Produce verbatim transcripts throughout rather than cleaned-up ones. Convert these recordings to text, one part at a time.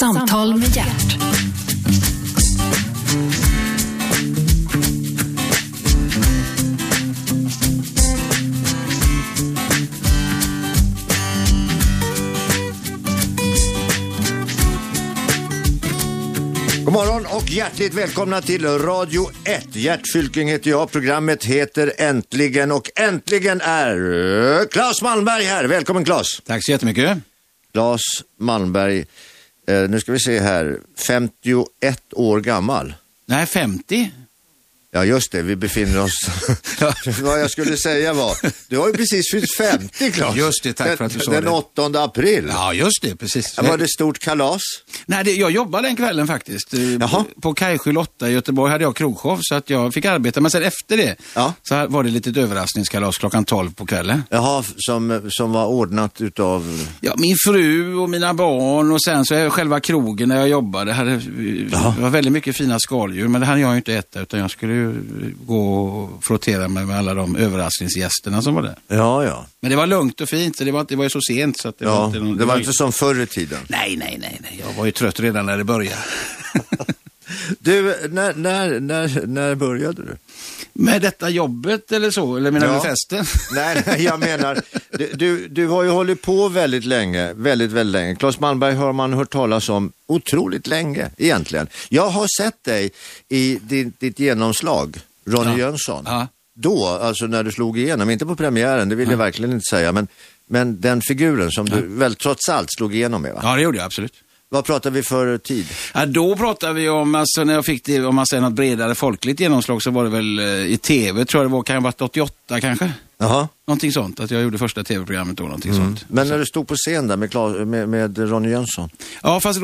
Samtal med Hjärt. God morgon och hjärtligt välkomna till Radio ett. Gert Fylking heter jag. Programmet heter Äntligen och äntligen är Claes Malmberg här. Välkommen Claes. Tack så jättemycket. Claes Malmberg, eh, nu ska vi se här, femtioett år gammal. Nej, femtio. Ja just det, vi befinner oss... Vad jag skulle säga var, du har ju precis fyllt femtio, Claes. Just det, tack den, för att du sa den det. åttonde april. Ja, just det, precis. Var det stort kalas? Nej, det, jag jobbade den kvällen faktiskt. Jaha. På Kajskjul åtta i Göteborg hade jag krogshow, så att jag fick arbeta. Men sen efter det ja. så var det lite ett överraskningskalas klockan tolv på kvällen. Jaha, som, som var ordnat utav... Ja, min fru och mina barn och sen så är själva krogen där jag jobbade. Hade, det var väldigt mycket fina skaldjur, men det hade jag ju inte äta utan jag skulle ju gå och frottera mig med alla de överraskningsgästerna som var där. Ja, ja. Men det var lugnt och fint, så det var, det var ju så sent. Så att det ja, var inte, någon, det var, det var inte som förr i tiden. Nej, nej, nej, nej. Jag var ju trött redan när det började. Du, när, när, när, när började du? Med detta jobbet eller så? Eller menar ja. du festen? Nej, nej, jag menar, du, du har ju hållit på väldigt länge, väldigt, väldigt länge. Claes Malmberg har man hört talas om otroligt länge, egentligen. Jag har sett dig i ditt, ditt genomslag, Ronny ja. Jönsson. Ja. Då, alltså när du slog igenom, inte på premiären, det vill ja. jag verkligen inte säga, men, men den figuren som ja. du väl trots allt slog igenom med, va? Ja, det gjorde jag absolut. Vad pratar vi för tid? Ja, då pratar vi om, alltså när jag fick det, om man säger något bredare folkligt genomslag så var det väl eh, i tv, tror jag det var, kan jag ha varit åttioåtta kanske? Jaha. Någonting sånt, att jag gjorde första tv-programmet då, någonting mm. sånt. Men när du stod på scen där med, Kla- med, med Ronny Jönsson? Ja, fast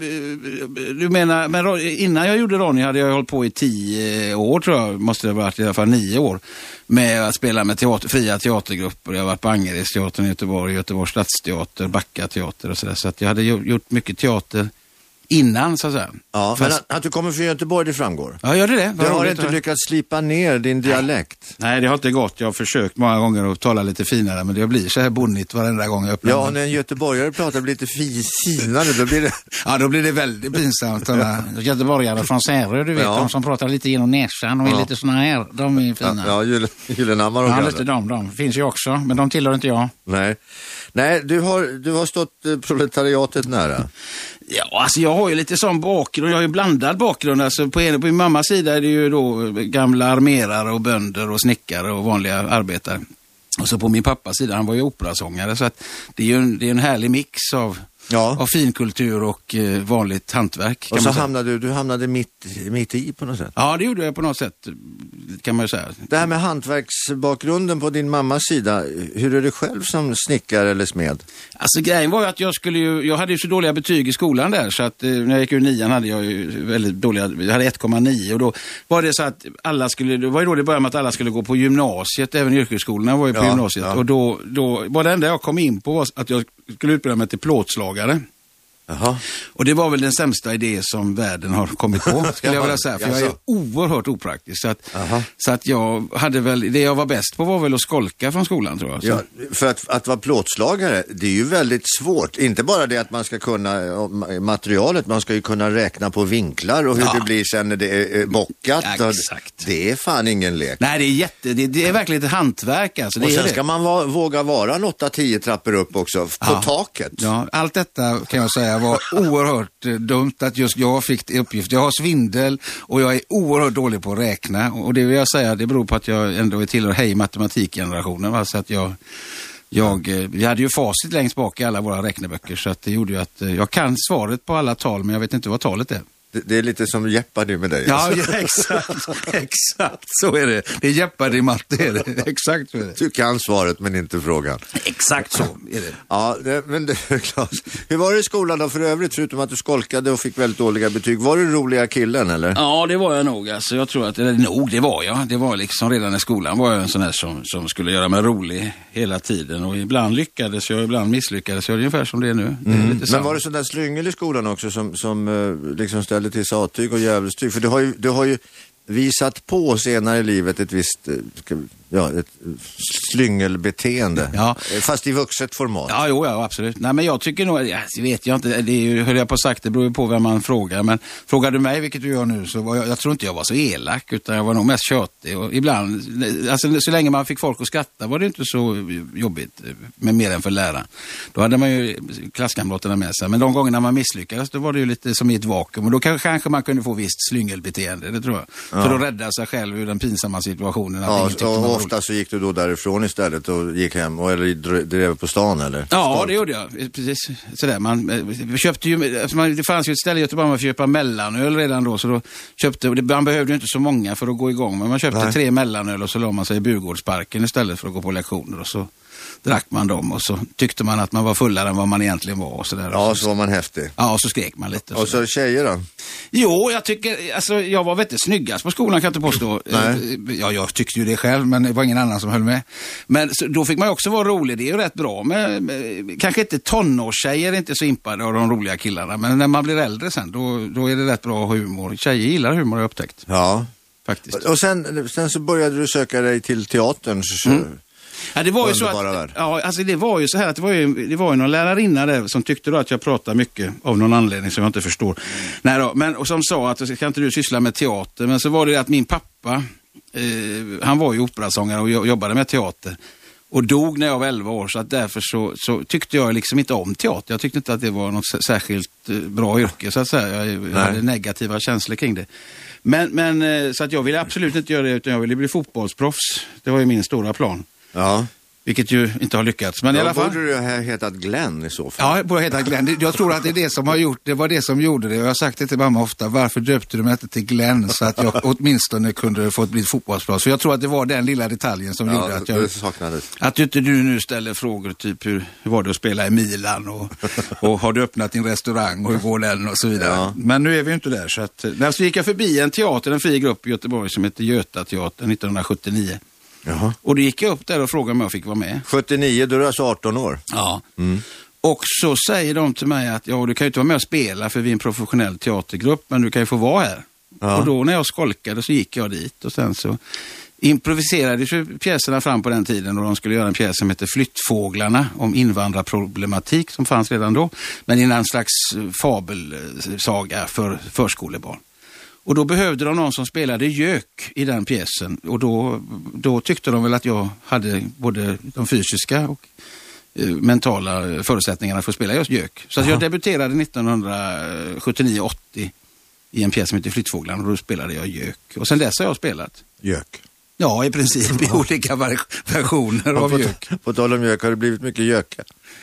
du menar, men innan jag gjorde Ronny hade jag hållit på i tio år tror jag, måste det ha varit i alla fall nio år, med att spela med teater, fria teatergrupper. Jag har varit på Angeredsteatern i Göteborg, Göteborgs stadsteater, Backa teater och sådär. Så att jag hade gjort mycket teater innan, så att säga. Ja, fast... men att, att du kommer från Göteborg, det framgår. Ja, gör det det? Du har inte här. lyckats slipa ner din dialekt. Nej. Nej, det har inte gått. Jag har försökt många gånger att tala lite finare, men det blir så här bonnigt varenda gång jag öppnar. Ja, när en göteborgare pratar lite finare, då blir det... Ja, då blir det väldigt pinsamt. Göteborgare från Särö, du vet, ja. de som pratar lite genom näsan och är ja. lite såna här, de är fina. Ja, ja Gyllenhammar och ja, lite de, de finns ju också, men de tillhör inte jag. Nej, Nej du, har, du har stått proletariatet nära. Ja, alltså jag har ju lite sån bakgrund, jag har ju blandad bakgrund. Alltså på, en, på min mammas sida är det ju då gamla armerare och bönder och snickare och vanliga arbetare. Och så på min pappas sida, han var ju operasångare, så att det är ju en, det är en härlig mix av, ja. av finkultur och eh, vanligt hantverk. Kan och så man säga. hamnade du, du hamnade mitt, mitt i på något sätt. Ja, det gjorde jag på något sätt, kan man ju säga. Det här med hantverksbakgrunden på din mammas sida, hur är det själv som snickare eller smed? Alltså grejen var ju att jag skulle ju, jag hade ju så dåliga betyg i skolan där, så att eh, när jag gick ur nian hade jag ju väldigt dåliga, jag hade ett komma nio och då var det så att alla skulle, det var ju då det började med att alla skulle gå på gymnasiet, även yrkesskolorna var ju på ja, gymnasiet ja. och då, då var det enda jag kom in på var att jag skulle utbilda mig till plåtslagare. Jaha. Och det var väl den sämsta idé som världen har kommit på, skulle jag vilja säga. För jag är oerhört opraktisk. Så att, så att jag hade väl, det jag var bäst på var väl att skolka från skolan, tror jag. Ja, för att, att vara plåtslagare, det är ju väldigt svårt. Inte bara det att man ska kunna materialet, man ska ju kunna räkna på vinklar och hur ja. det blir sen när det är bockat. Ja, exakt. Det är fan ingen lek. Nej, det är jätte, det, det är verkligen ett hantverk. Alltså. Det och sen är ska det. man va, våga vara en åtta tio trappor upp också, på ja. taket. Ja, allt detta kan jag säga var oerhört eh, dumt att just jag fick uppgift. Jag har svindel och jag är oerhört dålig på att räkna. Och det vill jag säga, det beror på att jag ändå är tillhör hej matematikgenerationen. Va? Så att jag, jag, jag hade ju facit längst bak i alla våra räkneböcker. Så att det gjorde ju att jag kan svaret på alla tal, men jag vet inte vad talet är. Det, det är lite som Jeopardy med dig. Ja, alltså. ja exakt. Exakt, så är det. Det är Jeopardy matte, är det. Exakt så är det. Du kan svaret men inte frågan. Exakt så är det. Ja, det, men det är klart. Hur var det i skolan då för övrigt, förutom att du skolkade och fick väldigt dåliga betyg? Var du roliga killen, eller? Ja, det var jag nog. Alltså, jag tror att, eller nog, det var jag. Det var liksom redan i skolan var jag en sån här som, som skulle göra mig rolig hela tiden. Och ibland lyckades jag, ibland misslyckades jag. Det är ungefär som det är nu. Det är mm. lite men var det sån där slyngel i skolan också som, som uh, liksom ställde till sattyg och djävulstyg? För du har ju, du har ju visat på senare i livet ett visst uh, ja, ett slyngelbeteende. Ja. Fast i vuxet format. Ja, jo, ja, absolut. Nej, men jag tycker nog, ja, det vet jag inte, det är ju, höll jag på sagt, det beror ju på vem man frågar. Men frågar du mig, vilket du gör nu, så var jag, jag tror inte jag var så elak, utan jag var nog mest tjatig. Och ibland, alltså så länge man fick folk att skratta var det inte så jobbigt, med mer än för läraren. Då hade man ju klasskamraterna med sig. Men de gångerna man misslyckades, då var det ju lite som i ett vakuum. Och då kanske man kunde få visst slyngelbeteende, det tror jag. Ja. För att rädda sig själv ur den pinsamma situationen. Att ja, och ofta så gick du då därifrån istället och gick hem, och, eller drev på stan, eller? Ja, Start. det gjorde jag. Precis. Sådär. Man köpte ju, alltså man, det fanns ju ett ställe i Göteborg man fick köpa mellanöl redan då, så då köpte, man behövde ju inte så många för att gå igång, men man köpte Nej. tre mellanöl och så la man sig i Burgårdsparken istället för att gå på lektioner, och så drack man dem och så tyckte man att man var fullare än vad man egentligen var och sådär. Ja, och så, så var man häftig. Ja, och så skrek man lite. Och, och så tjejer då? Jo, jag tycker, alltså jag var väldigt snyggast på skolan, kan jag inte påstå. Nej. Ja, jag tyckte ju det själv, men det var ingen annan som höll med. Men så, då fick man ju också vara rolig, det är ju rätt bra. Men, med, kanske inte tonårstjejer är inte så impade av de roliga killarna, men när man blir äldre sen, då, då är det rätt bra humor. Tjejer gillar humor, har jag upptäckt. Ja. Faktiskt. Och sen, sen så började du söka dig till teatern, så... Mm. Ja, det var ju så att, ja, alltså det var ju så här att det var ju, det var ju någon lärarinna där som tyckte då att jag pratar mycket av någon anledning som jag inte förstår. Mm. Nej då, men, och som sa att kan inte du syssla med teater, men så var det att min pappa, eh, han var ju operasångare och jobbade med teater och dog när jag var elva år, så att därför så, så tyckte jag liksom inte om teater. Jag tyckte inte att det var något särskilt bra yrke, så att säga. Jag, jag hade negativa känslor kring det. Men, men så att jag ville absolut inte göra det, utan jag ville bli fotbollsproffs. Det var ju min stora plan. Ja. Vilket ju inte har lyckats. Men ja, i alla fall... borde du ha hetat Glenn i så fall. Ja, jag borde ha hetat Glenn. Jag tror att det är det som har gjort, det var det som gjorde det. Och jag har sagt det till mamma ofta, varför döpte du mig inte till Glenn så att jag åtminstone kunde få bli fotbollsproffs. För jag tror att det var den lilla detaljen som ja, gjorde att jag... saknades. Att inte du nu ställer frågor typ hur, hur var det att spela i Milan och, och har du öppnat din restaurang och hur går den och så vidare. Ja. Men nu är vi inte där. Så att, när så gick jag förbi en teater, en fri grupp i Göteborg som heter Götateatern nittonhundrasjuttionio. Jaha. Och då gick jag upp där och frågade om jag fick vara med. sjuttionio, då är du alltså arton år. Ja. Mm. Och så säger de till mig att ja, du kan ju inte vara med och spela för vi är en professionell teatergrupp, men du kan ju få vara här. Ja. Och då när jag skolkade så gick jag dit och sen så improviserade ju pjäserna fram på den tiden och de skulle göra en pjäs som heter Flyttfåglarna om invandrarproblematik som fanns redan då, men i en slags fabelsaga för förskolebarn. Och då behövde de någon som spelade gök i den pjäsen. Och då, då tyckte de väl att jag hade både de fysiska och eh, mentala förutsättningarna för att spela just gök. Så att jag debuterade nittonhundrasjuttionio åttio i en pjäs som heter Flyttfåglarna och då spelade jag gök. Och sen dess har jag spelat. Gök? Ja, i princip i olika versioner av på, gök. På tal om gök, har det blivit mycket göka?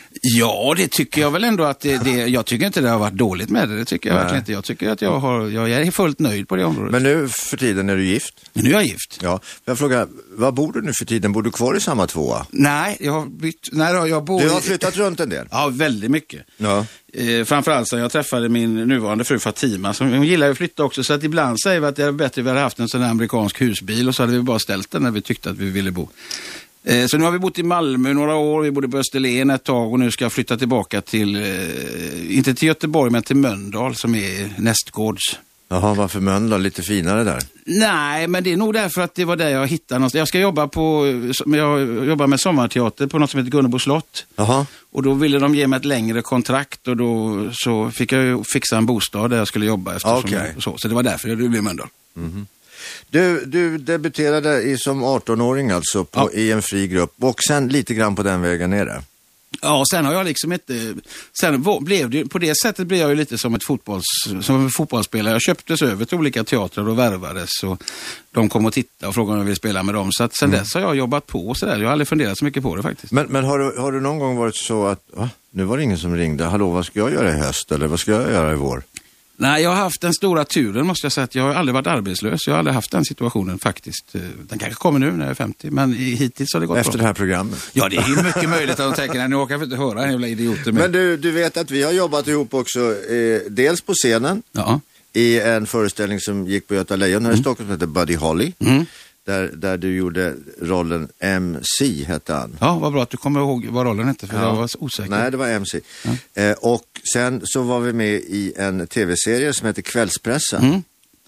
Ja, det tycker jag väl ändå att det, det, jag tycker inte det har varit dåligt med det. Det tycker jag Nej. verkligen inte. Jag tycker att jag, har, jag är fullt nöjd på det området. Men nu för tiden är du gift? Nu är jag gift. Ja, jag frågar, vad bor du nu för tiden? Bor du kvar i samma tvåa? Nej, jag har bytt. Nej, jag bor du har flyttat runt en del? Ja, väldigt mycket. Ja. Eh, framförallt så jag träffade min nuvarande fru Fatima, som hon gillar att flytta också, så att ibland säger vi att det är bättre att vi hade haft en sån här amerikansk husbil och så hade vi bara ställt den när vi tyckte att vi ville bo. Eh, så nu har vi bott i Malmö några år, vi bodde på Österlen ett tag och nu ska jag flytta tillbaka till, eh, inte till Göteborg men till Mölndal som är nästgårds. Jaha, varför Mölndal? Lite finare där? Nej, men det är nog därför att det var där jag hittade någonstans. Jag ska jobba på, jag jobbar med sommarteater på något som heter Gunnebo slott. Jaha. Och då ville de ge mig ett längre kontrakt och då så fick jag ju fixa en bostad där jag skulle jobba eftersom okay. så. Så det var därför jag blev Mölndal. Mm-hmm. Du, du debuterade i, som arton-åring alltså på, ja. i en fri grupp och sen lite grann på den vägen ner. Ja, sen har jag liksom inte... Sen blev det, på det sättet blev jag ju lite som ett fotbolls, som en fotbollsspelare. Jag köptes över till olika teatrar och värvades och de kom och tittade och frågade om jag ville spela med dem. Så att sen mm. dess har jag jobbat på och sådär. Jag har aldrig funderat så mycket på det faktiskt. Men, men har, du, har du någon gång varit så att va? Nu var det ingen som ringde. Hallå, vad ska jag göra i höst eller vad ska jag göra i vår? Nej, jag har haft den stora turen måste jag säga att jag har aldrig varit arbetslös. Jag har aldrig haft den situationen faktiskt. Den kanske kommer nu när jag är femtio, men hittills har det gått Efter bra. Det här programmet? Ja, det är ju mycket möjligt att de tänker, nu åker jag inte höra en jävla idioter. Men du, du vet att vi har jobbat ihop också, eh, dels på scenen, ja. i en föreställning som gick på Göta Lejon här mm. i Stockholm som heter Buddy Holly. Mm. Där, där du gjorde rollen M C, hette han. Ja, vad bra att du kommer ihåg vad rollen hette, för ja. jag var så osäker. Nej, det var M C. Ja. Eh, och sen så var vi med i en tv-serie som heter Kvällspressen. Mm.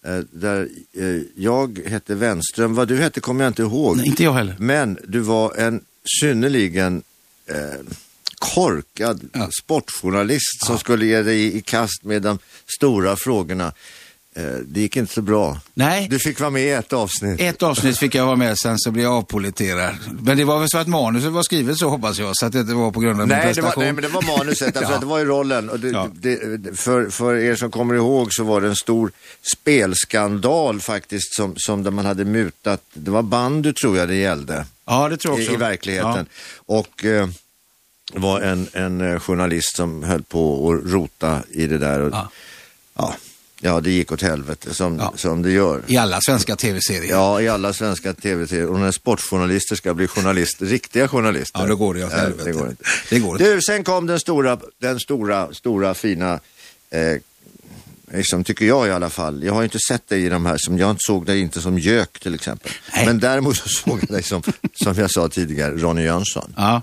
eh, där eh, jag hette Wenström. Vad du hette kommer jag inte ihåg. Nej, inte jag heller. Men du var en synnerligen eh, korkad ja. sportjournalist ja. som skulle ge dig i, i kast med de stora frågorna. Det gick inte så bra. Nej. Du fick vara med i ett avsnitt. Ett avsnitt fick jag vara med, sen så blev jag avpoliterad. Men det var väl så att manuset var skrivet så, hoppas jag, så att det inte var på grund av nej, min prestation. Det var, nej, men det var manuset, alltså, ja. det var ju rollen. Och det, ja. det, för, för er som kommer ihåg så var det en stor spelskandal faktiskt som, som där man hade mutat. Det var bandy tror jag det gällde. Ja, det tror jag också. I, i verkligheten. Ja. Och eh, det var en, en journalist som höll på att rota i det där. Och, ja. ja. Ja, det gick åt helvete som, ja. som det gör. I alla svenska tv-serier. Ja, i alla svenska tv-serier. Och när sportjournalister ska bli journalister, riktiga journalister. Ja, då går det åt helvete. Det går inte. Det går inte. Du, sen kom den stora, den stora, stora fina, eh, liksom, tycker jag i alla fall. Jag har inte sett dig i de här, som jag såg dig inte som Jök till exempel. Nej. Men däremot så såg jag dig som, som jag sa tidigare, Ronny Jönsson. Ja.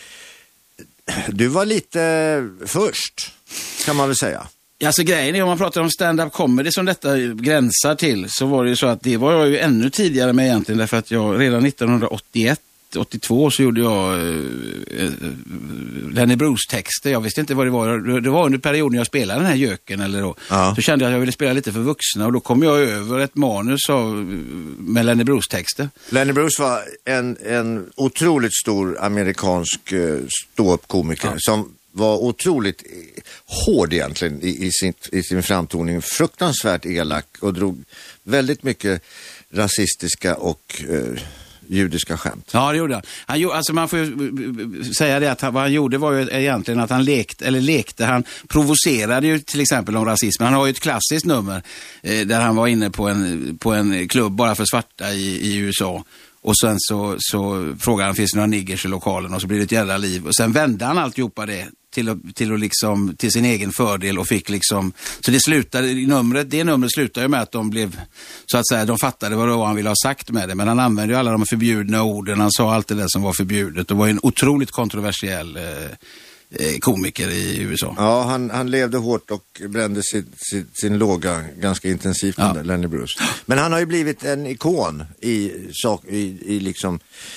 Du var lite först, kan man väl säga. Alltså grejen är, om man pratar om stand-up comedy som detta gränsar till, så var det ju så att det var jag ju ännu tidigare med egentligen, därför att jag redan nittonhundraåttioett åttiotvå så gjorde jag äh, Lenny Bruce-texter. Jag visste inte vad det var. Det var under perioden jag spelade den här Jöken. Eller då. Ja. Så kände jag att jag ville spela lite för vuxna. Och då kom jag över ett manus av, med Lenny Bruce-texter. Lenny Bruce var en, en otroligt stor amerikansk uh, ståuppkomiker ja. som var otroligt hård egentligen i, i, sin, i sin framtoning. Fruktansvärt elak och drog väldigt mycket rasistiska och uh, judiska skämt. Ja, det gjorde han. han gjorde, alltså man får ju säga det att han, vad han gjorde var ju egentligen att han lekte, eller lekte, han provocerade ju till exempel om rasism. Han har ju ett klassiskt nummer eh, där han var inne på en, på en klubb bara för svarta i, i U S A. Och sen så, så frågar han, finns det några niggers i lokalen? Och så blir det ett jävla liv. Och sen vände han alltihopa det till, att, till, att liksom, till sin egen fördel och fick liksom... Så det slutade, numret, det numret slutade ju med att de blev... Så att säga, de fattade vad det var han ville ha sagt med det. Men han använde ju alla de förbjudna orden. Han sa allt det där som var förbjudet. Och var en otroligt kontroversiell... Eh, komiker i U S A. Ja, han, han levde hårt och brände sin, sin, sin låga ganska intensivt ja. med Lenny Bruce. Men han har ju blivit en ikon i, i, i liksom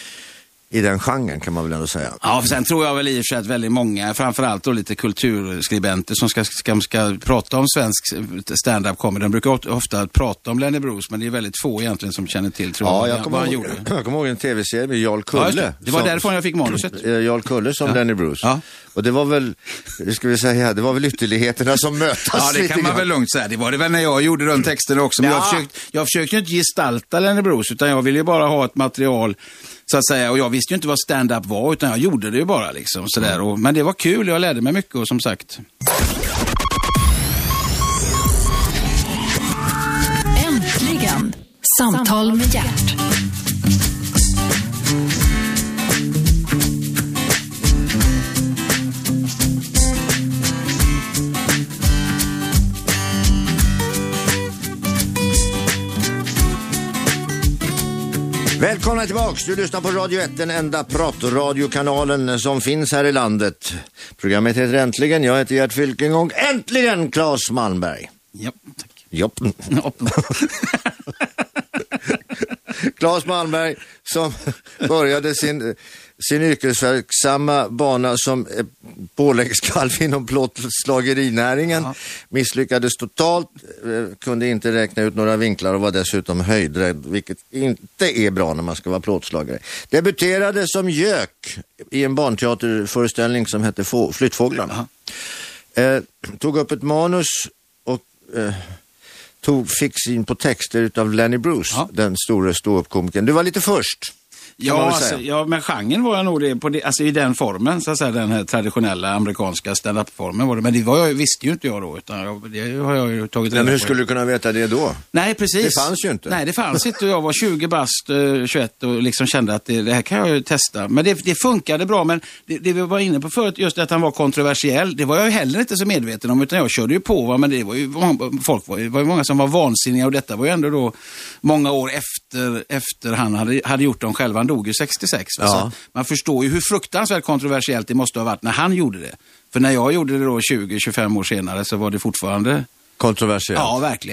i den genren kan man väl ändå säga. Ja, för sen tror jag väl i och för sig att väldigt många, framförallt då lite kulturskribenter som ska, ska, ska prata om svensk stand-up comedy. De brukar ofta prata om Lenny Bruce, men det är väldigt få egentligen som känner till, tror ja, jag, jag kommer vad han ihåg, gjorde. Jag kommer ihåg en tv-serie med Jarl Kulle. Ja, det. det var som, därifrån jag fick manuset. Jarl Kulle som ja. Lenny Bruce. Ja. Och det var väl, hur ska vi säga, det var väl ytterligheterna som mötas. Ja, det kan man väl lugnt säga. Det var det väl när jag gjorde de texterna också. Men ja. jag, försökte, jag försökte inte gestalta Lenny Bruce, utan jag ville ju bara ha ett material så att säga, och jag visste ju inte vad stand-up var, utan jag gjorde det ju bara liksom sådär. Och, men det var kul, jag lärde mig mycket och som sagt. Äntligen, Samtal med Hjärt. Välkomna tillbaks, du lyssnar på Radio ett, den enda pratradiokanalen som finns här i landet. Programmet heter Äntligen, jag heter Gert Fylking och äntligen Claes Malmberg. Ja, tack. Jopp. Claes Malmberg som började sin, sin yrkesverksamma bana som påläggskalv inom plåtslagerinäringen. Ja. Misslyckades totalt, kunde inte räkna ut några vinklar och var dessutom höjdrädd, vilket inte är bra när man ska vara plåtslagare. Debuterade som Jök i en barnteaterföreställning som hette Få- Flyttfåglarna. Eh, tog upp ett manus och... Eh, tog, fick sin på texter utav Lenny Bruce, ja. den stora ståuppkomikern. Du var lite först. Ja, alltså, ja, men genren var jag nog det, på det, alltså i den formen, så att säga, den här traditionella amerikanska stand-up-formen var det. Men det var jag, visste ju inte jag då, utan jag, det har jag ju tagit reda på. Men hur skulle du kunna veta det då? Nej, precis. Det fanns ju inte. Nej, det fanns inte. Jag var tjugo bast, tjugoett och liksom kände att det, det här kan jag ju testa. Men det, det funkade bra, men det, det vi var inne på förut, just att han var kontroversiell, det var jag ju heller inte så medveten om, utan jag körde ju på, va? Men det var ju, folk var, det var ju många som var vansinniga, och detta var ju ändå då många år efter, efter han hade, hade gjort dem själva. Han dog ju sextiosex. Ja. Så man förstår ju hur fruktansvärt kontroversiellt det måste ha varit när han gjorde det. För när jag gjorde det då tjugo till tjugofem år senare så var det fortfarande kontroversiellt. Ja, verkligen.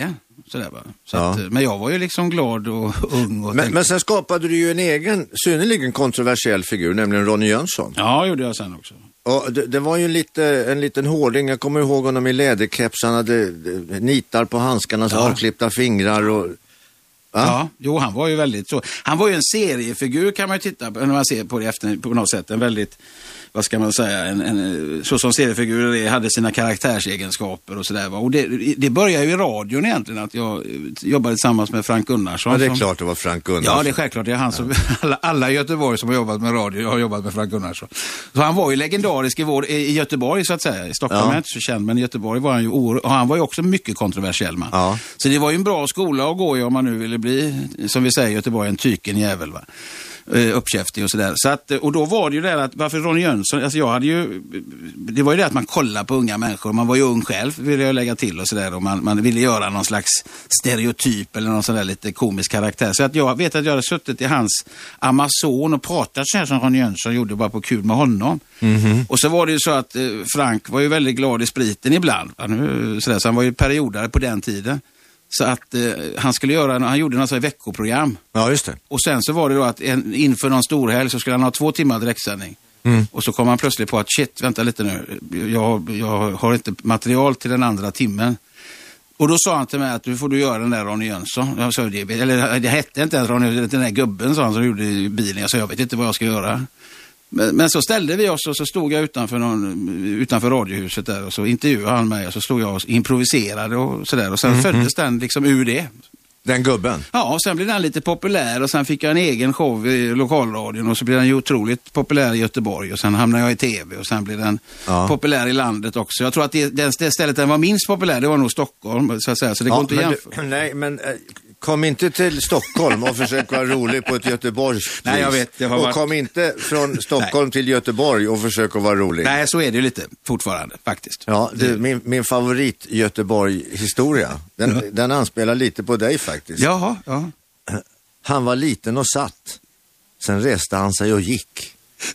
sådär va. Så Ja. att, men jag var ju liksom glad och ung. Och Men, tänkte, men sen skapade du ju en egen synnerligen kontroversiell figur, nämligen Ronny Jönsson. ja, gjorde jag sen också. Och det, det var ju lite, en liten hårding, jag kommer ihåg honom i läderkeps, han hade nitar på handskarna, så Ja. avklippta fingrar och... Ja. Ja. Jo, han var ju väldigt så. Han var ju en seriefigur kan man ju titta på när man ser på det efter på något sätt. En väldigt, vad ska man säga, en, en, så som seriefigurer är, hade sina karaktärsegenskaper och sådär. Och det, det började ju i radion egentligen, att jag jobbade tillsammans med Frank Gunnarsson. Ja, det är som, klart det var Frank Gunnarsson. Ja, det är självklart. Det är han som, alla, alla i Göteborg som har jobbat med radio har jobbat med Frank Gunnarsson. Så han var ju legendarisk i, vår, i Göteborg så att säga. I Stockholm Ja. är jag inte så känd, men i Göteborg var han ju or- och han var ju också mycket kontroversiell man. Ja. Så det var ju en bra skola att gå i om man nu ville bli, som vi säger i Göteborg, en tyken jävel va. Uh, uppkäftig och sådär. Så att, och då var det ju det att, varför Ronny Jönsson, alltså jag hade ju, det var ju det att man kollade på unga människor, man var ju ung själv, ville jag lägga till och sådär, och man, man ville göra någon slags stereotyp eller någon sån där lite komisk karaktär. Så att jag vet att jag hade suttit i hans Amazon och pratat så här som Ronny Jönsson gjorde, bara på kul med honom. Mm-hmm. Och så var det ju så att eh, Frank var ju väldigt glad i spriten ibland. Han, sådär, så han var ju periodare på den tiden. Så att eh, han skulle göra, han gjorde något sånt veckoprogram. Ja, just det. Och sen så var det då att en, inför någon storhelg så skulle han ha två timmar direktsändning. Mm. Och så kom han plötsligt på att shit, vänta lite nu. Jag, jag har inte material till den andra timmen. Och då sa han till mig att du får du göra den där Ronny Jönsson. Jag sa, det, eller det hette inte ens Ronny, den där gubben sa han som gjorde bilen. Jag sa, jag vet inte vad jag ska göra. Men, men så ställde vi oss och så stod jag utanför, någon, utanför radiohuset där och så intervjuade han mig och så stod jag och improviserade och sådär. Och sen mm-hmm. föddes den liksom ur det. Den gubben? Ja, och sen blev den lite populär och sen fick jag en egen show i lokalradion och så blev den ju otroligt populär i Göteborg och sen hamnade jag i tv och sen blev den ja. populär i landet också. Jag tror att det, det stället den var minst populär, det var nog Stockholm så att säga, så det ja, går inte att jämföra. Du, nej, men äh, kom inte till Stockholm och försök vara rolig på ett Göteborgs. Nej, jag vet. Det har och varit... kom inte från Stockholm nej. till Göteborg och försök att vara rolig. Nej, så är det ju lite fortfarande faktiskt. Ja, det, min, min favorit Göteborg-historia, den, ja. den anspelar lite på dig faktiskt. Jaha, ja. Han var liten och satt. Sen reste han sig och gick.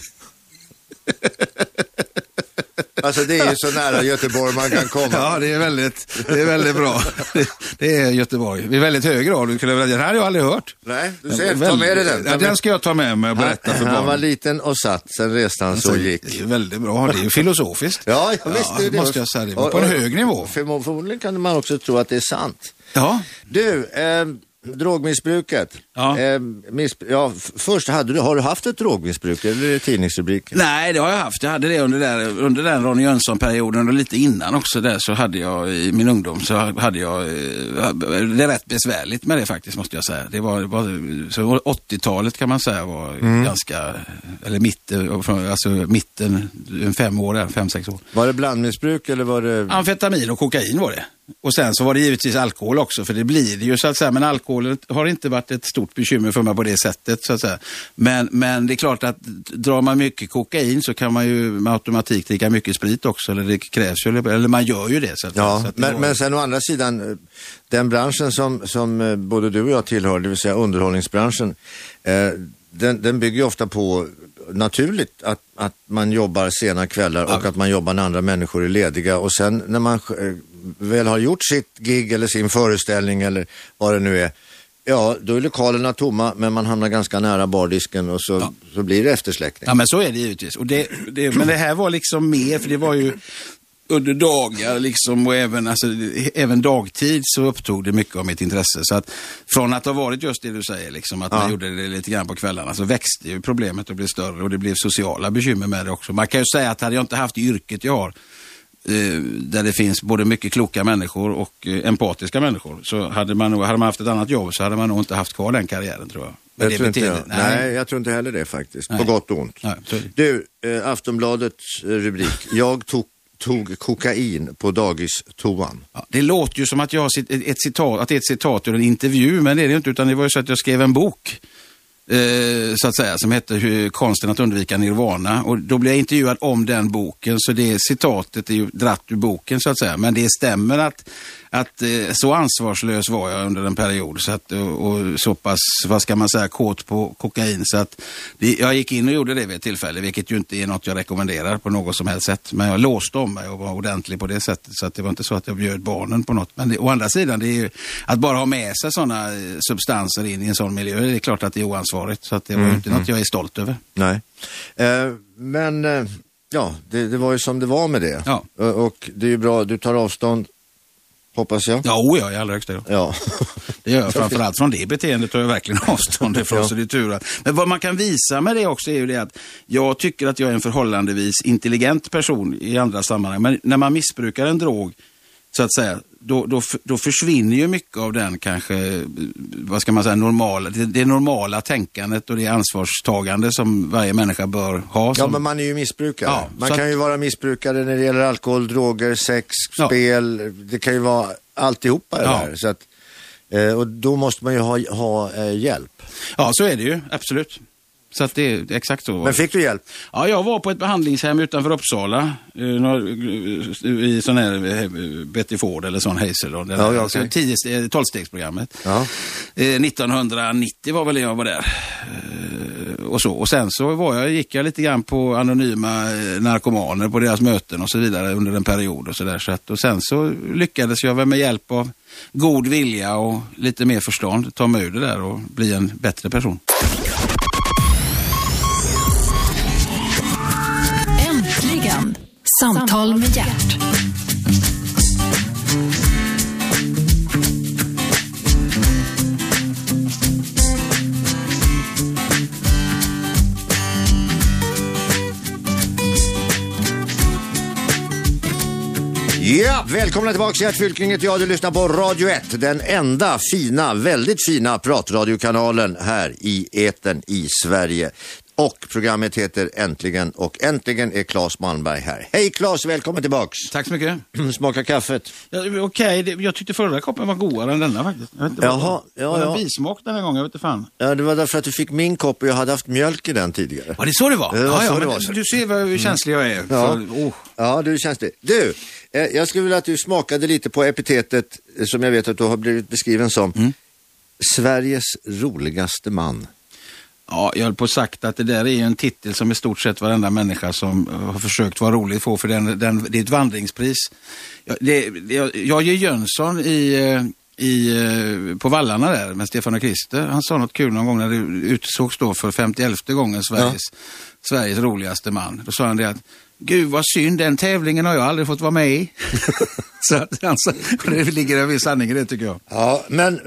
Alltså det är ju så nära Göteborg man kan komma. Ja, det är väldigt, det är väldigt bra. Det, det är Göteborg. Vi är väldigt hög grad. Du kunde, det här har jag aldrig hört. Nej, du ser, ta med dig den. Ja, den ska jag ta med mig och berätta han, för barnen. Han var liten och satt, sen reste han så och gick. Det är väldigt bra, det är ju filosofiskt. Ja, jag visste ja, det. Det måste jag säga, det var på en hög nivå. För, förmodligen kan man också tro att det är sant. Ja. Du, eh, drogmissbruket. Ja. Eh, missbr- ja, f- först, hade du, har du haft ett drogmissbruk eller är det tidningsrubriken? Nej, det har jag haft. Jag hade det under, där, under den Ronny Jönsson-perioden och lite innan också där så hade jag i min ungdom så hade jag det är rätt besvärligt med det faktiskt måste jag säga. Det var, det var så åttiotalet kan man säga var mm. ganska, eller mitten, alltså mitten, fem år, fem, sex år. Var det blandmissbruk eller var det? Amfetamin och kokain var det. Och sen så var det givetvis alkohol också, för det blir det ju så att säga, men alkoholen har inte varit ett stort bekymmer för mig på det sättet så att säga. Men, men det är klart att drar man mycket kokain så kan man ju med automatik dricka mycket sprit också, eller det krävs ju, eller man gör ju det. Så att, ja, så att men, var... men sen å andra sidan, den branschen som, som både du och jag tillhör, det vill säga underhållningsbranschen, eh, den, den bygger ju ofta på naturligt att, att man jobbar sena kvällar och ja. att man jobbar när andra människor är lediga och sen när man eh, väl har gjort sitt gig eller sin föreställning eller vad det nu är, ja, då är lokalerna tomma men man hamnar ganska nära bardisken och så, ja. så blir det eftersläckning. Ja, men så är det givetvis. Och det, det, men det här var liksom mer, för det var ju under dagar liksom och även, alltså, även dagtid så upptog det mycket av mitt intresse. Så att från att ha varit just det du säger, liksom, att ja. man gjorde det lite grann på kvällarna så växte ju problemet och blev större och det blev sociala bekymmer med det också. Man kan ju säga att hade jag inte haft yrket jag har, där det finns både mycket kloka människor och empatiska människor, så hade man nog, hade man haft ett annat jobb så hade man nog inte haft kvar den karriären tror jag. Men jag tror inte jag. Nej. Nej, jag tror inte heller det faktiskt. Nej. På gott och ont. Nej, du, eh, Aftonbladets rubrik. Jag tog, tog kokain på dagistoan. Ja, det låter ju som att jag har ett citat, att det är ett citat ur en intervju, men det är det inte, utan det var ju så att jag skrev en bok. Eh, så att säga, som heter hur Konsten att undvika nirvana, och då blev jag intervjuad om den boken, så det citatet är ju dratt ur boken så att säga, men det stämmer att, att eh, så ansvarslös var jag under en period, så att, och, och så pass, vad ska man säga, kåt på kokain, så att det, jag gick in och gjorde det vid ett tillfälle, vilket ju inte är något jag rekommenderar på något som helst sätt, men jag låste om mig och var ordentlig på det sättet, så att det var inte så att jag bjöd barnen på något, men det, å andra sidan, det är ju att bara ha med sig sådana substanser in i en sån miljö, det är klart att det är oansvarigt. Så att det var mm, inte mm. något jag är stolt över. Nej. Eh, men eh, ja, det, det var ju som det var med det. Ja. Och, och det är ju bra, du tar avstånd, hoppas jag. Ja, oh ja, i allra högsta grad. Ja. Det gör jag framförallt från det beteendet, tar jag verkligen avstånd ifrån, ja. Så det är tur att. Men vad man kan visa med det också är ju det att jag tycker att jag är en förhållandevis intelligent person i andra sammanhang. Men när man missbrukar en drog, så att säga, då, då, då försvinner ju mycket av den kanske, vad ska man säga, normala, det, det normala tänkandet och det ansvarstagande som varje människa bör ha. Som... Ja, men man är ju missbrukare. Ja, man kan att... ju vara missbrukare när det gäller alkohol, droger, sex, ja. spel. Det kan ju vara alltihopa det ja. där. Så att, eh, och då måste man ju ha, ha eh, hjälp. Ja, så är det ju, absolut. Så att det är exakt så. Men fick du hjälp? Ja, jag var på ett behandlingshem utanför Uppsala i sån här Betty Ford eller sån Hazel. Ja, ja, okay. tolvstegsprogrammet. Ja. nittonhundranittio var väl jag var där. Och så. Och sen så var jag, gick jag lite grann på anonyma narkomaner på deras möten och så vidare under en period och så där. Så att, och sen så lyckades jag väl med hjälp av god vilja och lite mer förstånd ta mig ur det där och bli en bättre person. Samtal med Gert. Ja, välkomna tillbaka, Gert Fylking. Ja, du lyssnar på Radio ett, den enda fina, väldigt fina pratradiokanalen här i etern i Sverige. Och programmet heter Äntligen, och äntligen är Claes Malmberg här. Hej Claes, välkommen tillbaks. Tack så mycket. Smaka kaffet. Ja, okej, okay. Jag tyckte förra koppen var godare än denna faktiskt. Jag vet inte. Jaha, ja, ja. ja. En bismak den här gången, jag vet inte fan. Ja, det var därför att du fick min kopp och jag hade haft mjölk i den tidigare. Ja, det är så det var. Det var ja, så ja, det men var. Du ser hur känslig jag är. Ja, för, oh. ja du känns det. Du, eh, jag skulle vilja att du smakade lite på epitetet som jag vet att du har blivit beskriven som mm. Sveriges roligaste man. Ja, jag har på sagt att det där är en titel som i stort sett varenda människa som har försökt vara rolig får, för den, den, det är ett vandringspris. Jag, det, jag, jag ger Jönsson i, i, på Vallarna där med Stefan och Krister. Han sa något kul någon gång när det utsågs då för femtioelfte gången Sveriges, ja. Sveriges roligaste man. Då sa han det att gud vad synd, den tävlingen har jag aldrig fått vara med i. Så att, alltså, det ligger en viss sanning i det tycker jag. Ja, men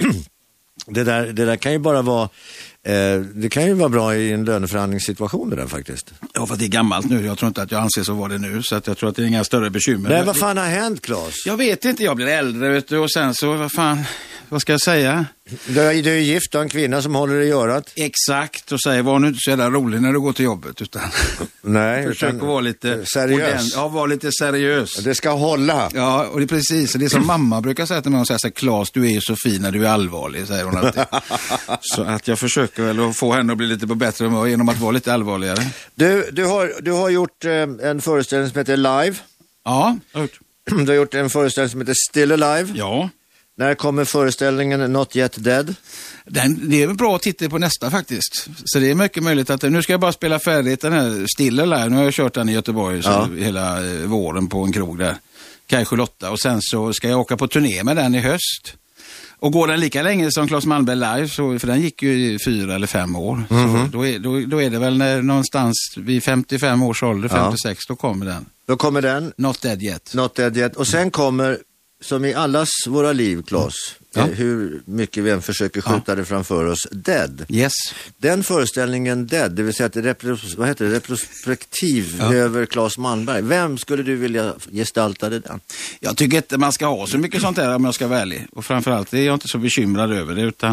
det där, det där kan ju bara vara Eh, det kan ju vara bra i en löneförhandlingssituation det där faktiskt. Ja, för det är gammalt nu. Jag tror inte att jag anser så var det nu. Så att jag tror att det är inga större bekymmer. Nej, vad fan har hänt, Claes? Jag vet inte, jag blir äldre vet du. Och sen så, vad fan, vad ska jag säga? Du är, du är gift och en kvinna som håller i örat. Exakt, och säger var nu inte så jävla rolig när du går till jobbet. Utan nej, försök att vara lite seriös. Ja, vara lite seriös. Det ska hålla. Ja, och det är precis. Det är som mamma brukar säga till mig. Hon säger så här, Claes, du är ju så fin när du är allvarlig, säger hon alltid. Så att jag försöker väl att få henne att bli lite på bättre humör genom att vara lite allvarligare. Du, du, har, du har gjort eh, en föreställning som heter Live. Ja, jag har gjort. Du har gjort en föreställning som heter Still Alive. Ja. När kommer föreställningen Not Yet Dead? Den, det är en bra titel på nästa faktiskt. Så det är mycket möjligt att nu ska jag bara spela färdigt den här Still Alive. Nu har jag kört den i Göteborg så ja. hela eh, våren på en krog där. Kaj sjuttioåtta. Och sen så ska jag åka på turné med den i höst. Och går den lika länge som Claes Malmberg Live, så, för den gick ju i fyra eller fem år. Mm-hmm. Så då, är, då, då är det väl när, någonstans vid femtiofem års ålder, femtiosex, ja. Då kommer den. Då kommer den. Not Dead Yet. Not Dead Yet. Och sen kommer, som i allas våra liv, Claes, ja. hur mycket vi än försöker skjuta ja. det framför oss, Dead. Yes. Den föreställningen Dead, det vill säga att det är repros, vad heter det? retrospektiv ja. över Claes Malmberg. Vem skulle du vilja gestalta det den? Jag tycker inte man ska ha så mycket sånt här om jag ska vara ärlig. Och framförallt är jag inte så bekymrad över det, utan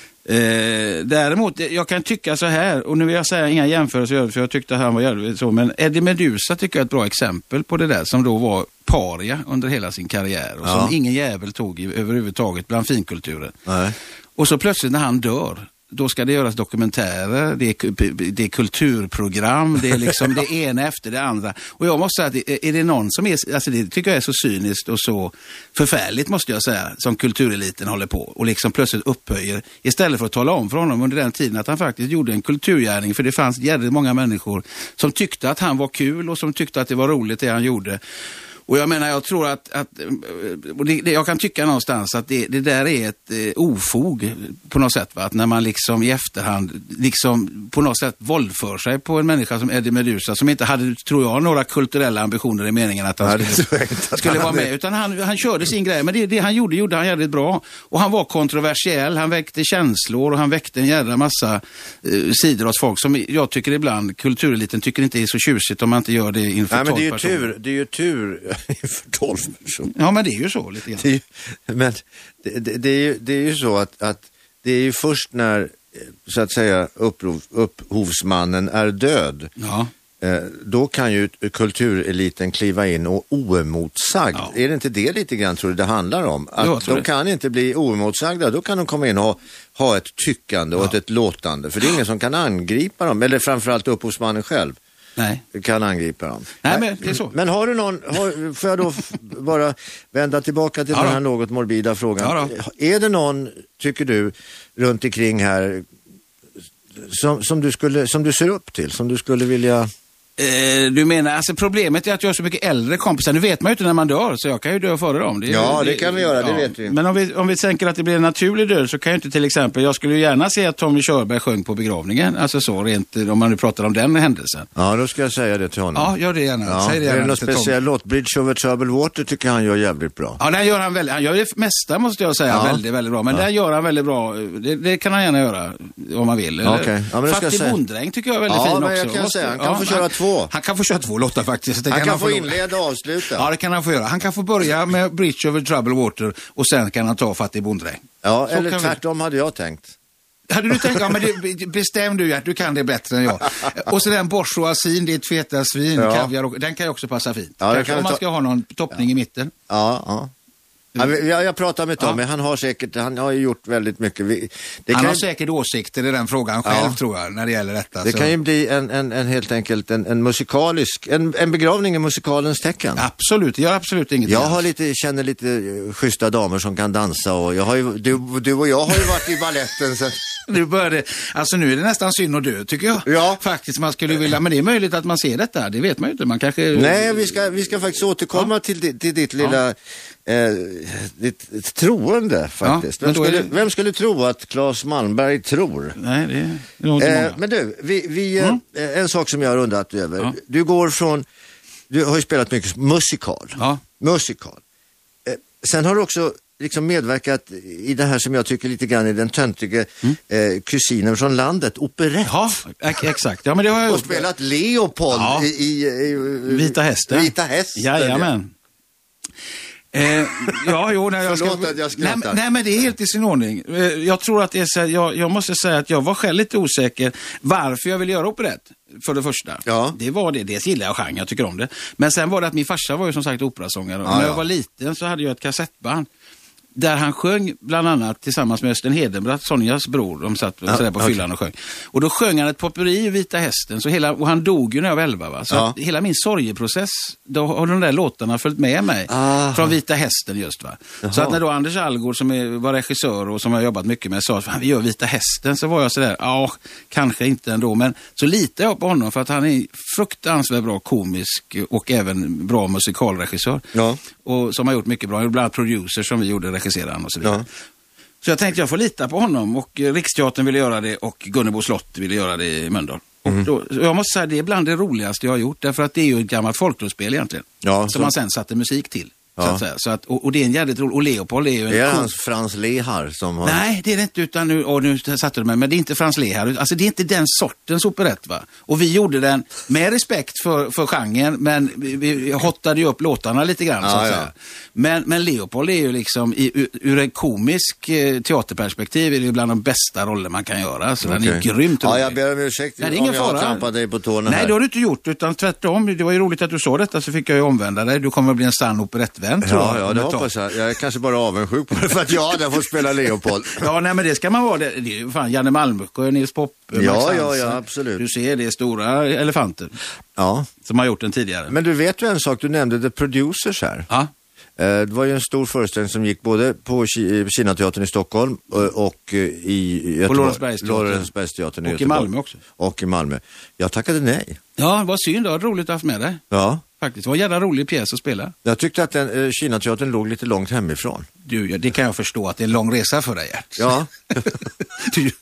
Eh, däremot, jag kan tycka så här, och nu vill jag säga inga jämförelser för jag tyckte att han var jävligt så, men Eddie Meduza tycker jag är ett bra exempel på det där, som då var paria under hela sin karriär och ja. som ingen jävel tog i, överhuvudtaget bland finkulturen. Nej. Och så plötsligt när han dör då ska det göras dokumentärer, det är, det är kulturprogram, det är liksom det ena efter det andra. Och jag måste säga att är det någon som är, alltså det tycker jag är så cyniskt och så förfärligt måste jag säga, som kultureliten håller på och liksom plötsligt upphöjer, istället för att tala om för honom under den tiden att han faktiskt gjorde en kulturgärning, för det fanns jävligt många människor som tyckte att han var kul och som tyckte att det var roligt det han gjorde. Och jag menar, jag tror att, att och det, det, jag kan tycka någonstans att det, det där är ett eh, ofog på något sätt, va? Att när man liksom i efterhand liksom på något sätt våldför sig på en människa som Eddie Meduza, som inte hade, tror jag, några kulturella ambitioner i meningen att han Nej, skulle, att skulle han vara hade... med, utan han, han körde sin grej, men det, det han gjorde, gjorde han jävligt bra. Och han var kontroversiell, han väckte känslor och han väckte en jävla massa eh, sidor hos folk som jag tycker ibland kultureliten tycker inte är så tjusigt om man inte gör det inför Nej, men det är ju personer. tur, det är ju tur för tolv personer. Ja, men det är ju så lite grann. Det är ju, men det, det, det, är ju, det är ju så att, att det är ju först när, så att säga, upprov, upphovsmannen är död. Ja. Eh, då kan ju kultureliten kliva in och oemotsagd. Ja. Är det inte det lite grann, tror du, det handlar om? Att de det. kan inte bli oemotsagda. Då kan de komma in och ha, ha ett tyckande och ja. ett, ett låtande. För det är ingen som kan angripa dem. Eller framförallt upphovsmannen själv. Nej. Kan angripa dem. Nej, men det är så. Men har du någon, har, får jag då bara vända tillbaka till ja, den här något morbida frågan. Ja, är det någon, tycker du, runt omkring här som, som, du skulle, som du ser upp till, som du skulle vilja... Eh, du menar, alltså problemet är att jag har så mycket äldre kompisar. Nu vet man ju inte när man dör, så jag kan ju dö före dem. Det, ja, det, det kan vi göra, ja. det vet vi. Men om vi, om vi tänker att det blir en naturlig död, så kan ju inte till exempel, jag skulle ju gärna se att Tommy Körberg sjöng på begravningen. Alltså så, rent, om man nu pratar om den händelsen. Ja, då ska jag säga det till honom. Ja, gör det gärna. Ja. Säg det gärna. Är det någon speciell låt? Bridge over Troubled Water tycker han gör jävligt bra. Ja, den gör han väldigt, han gör det mesta måste jag säga, ja. väldigt, väldigt bra. Men ja. den gör han väldigt bra, det, det kan han gärna göra om man vill. Okay. Ja, Fattig bonddräng tycker jag är väldigt ja, fin också. Ja, men jag kan säga, han kan ja, få köra han, två. Han kan få köra två låtar faktiskt. Han kan kan, han få, få inleda och avsluta. Ja, det kan han få göra. Han kan få börja med Bridge over Troubled Water och sen kan han ta Fattig bonddräng. Ja, så eller tvärtom vi... hade jag tänkt. Hade du tänkt, ja men det, bestäm du att du kan det bättre än jag. Och så den bourgeoisin, det är ett feta svin, ja. kaviar, den kan ju också passa fint. Ja, kan om man ska ta... ha någon toppning ja. i mitten. Ja, ja. Mm. Jag, jag pratar med Tommy, ja. han har säkert, han har ju gjort väldigt mycket. Vi, det han kan har ju... säkert åsikter i den frågan själv ja. tror jag, när det gäller detta. Det så. kan ju bli en, en, en helt enkelt en, en musikalisk, en, en begravning i musikalens tecken. Absolut, jag har absolut inget. Jag har lite, känner lite schyssta damer som kan dansa och jag har ju, du, du och jag har ju varit i balletten så... Nu började, alltså nu är det nästan synd att dö tycker jag. Ja. Faktiskt man skulle vilja, men det är möjligt att man ser detta, det vet man ju inte. Man kanske... Nej, vi ska, vi ska faktiskt återkomma ja. till, till ditt lilla ja. eh, ditt troende faktiskt. Ja, vem, skulle, det... vem skulle tro att Claes Malmberg tror? Nej, det är nog inte eh, Men du, vi, vi, mm. eh, en sak som jag har undrat över. Ja. Du går från, du har ju spelat mycket musikal. Ja. Musikal. Eh, sen har du också liksom medverkat i det här som jag tycker lite grann är den töntiga mm. eh, kusinen från landet, operett. Ja, exakt. Ja, men det har jag och spelat Leopold ja. i, i, i Vita hästen. Vita hästen. Jajamän. Eh, ja, jo, när jag Förlåt ska... att jag skrattar. Nej, nej, men det är helt i sin ordning. Eh, jag tror att det är så, jag, jag måste säga att jag var själv lite osäker varför jag ville göra operett. För det första. Ja. Det var det. Dels gillar jag genre, jag tycker om det. Men sen var det att min farsa var ju som sagt operasångare. Ja, och när jag ja. var liten så hade jag ett kassettband. Där han sjöng bland annat tillsammans med Östen Hedenbratt, Sonjas bror. De satt ja, sådär på okay. fyllan och sjöng. Och då sjöng han ett potpurri i Vita hästen. Så hela, och han dog ju när jag var elva. Va? Så ja. att hela min sorgeprocess, då har de där låtarna följt med mig. Ah. Från Vita hästen just. Va? Så att när då Anders Algård som är, var regissör och som jag har jobbat mycket med sa att vi gör Vita hästen, så var jag sådär, ja, kanske inte ändå. Men så litar jag på honom för att han är fruktansvärt bra komisk och även bra musikalregissör. Ja. Och som har gjort mycket bra, bland annat producer som vi gjorde, regisseraren och så vidare. Ja. Så jag tänkte jag får lita på honom och Riksteatern ville göra det och Gunnebo slott ville göra det i Mölndal. Mm. Och då, jag måste säga det är bland det roligaste jag har gjort, därför att det är ju ett gammalt folkloppsspel egentligen. Ja, som så... man sen satte musik till. Ja. Så att säga. Så att, och, och det är en jävligt rolig, och Leopold är ju en... Det är hans Frans Lehar som har... Nej, det är det inte, utan nu, och nu satte du mig, men det är inte Frans Lehar, alltså det är inte den sortens operett, va. Och vi gjorde den med respekt för, för genren, men vi, vi hottade ju upp låtarna lite grann, ja, så att ja. säga. Men, men Leopold är ju liksom, i, ur, ur en komisk eh, teaterperspektiv är det bland de bästa roller man kan göra, så okay. den är grymt rolig. Ja, jag ber om ursäkt. Nej, det är ingen fara. Jag trampar dig på tårna. Nej, här. det har du inte gjort, utan tvärtom, det var ju roligt att du sa detta, så fick jag ju omvända dig, du kommer att bli en sann operettvän. producent tror jag. Ja, ja det hoppas jag. Jag är kanske bara avundsjuk på det för att jag hade fått spela Leopold. Ja, nej men det ska man vara. Det, det är ju fan Janne Malmsjö och Nils Popp. Ja, ja, ja, ja, absolut. Du ser, det är stora elefanter. Ja. Som har gjort den tidigare. Men du vet ju en sak, du nämnde The Producers här. Ja. Det var ju en stor föreställning som gick både på Kinateatern i Stockholm och i Göteborg. Lorensbergsteatern i Göteborg. Och i Malmö också. Och i Malmö. Jag tackade nej. Ja, vad synd, det var roligt att ha haft med dig. Ja. Faktiskt, det var en jävla rolig pjäs att spela. Jag tyckte att den, eh, Kinateatern låg lite långt hemifrån. Du, ja, det kan jag förstå att det är en lång resa för dig, Gert. Ja. du...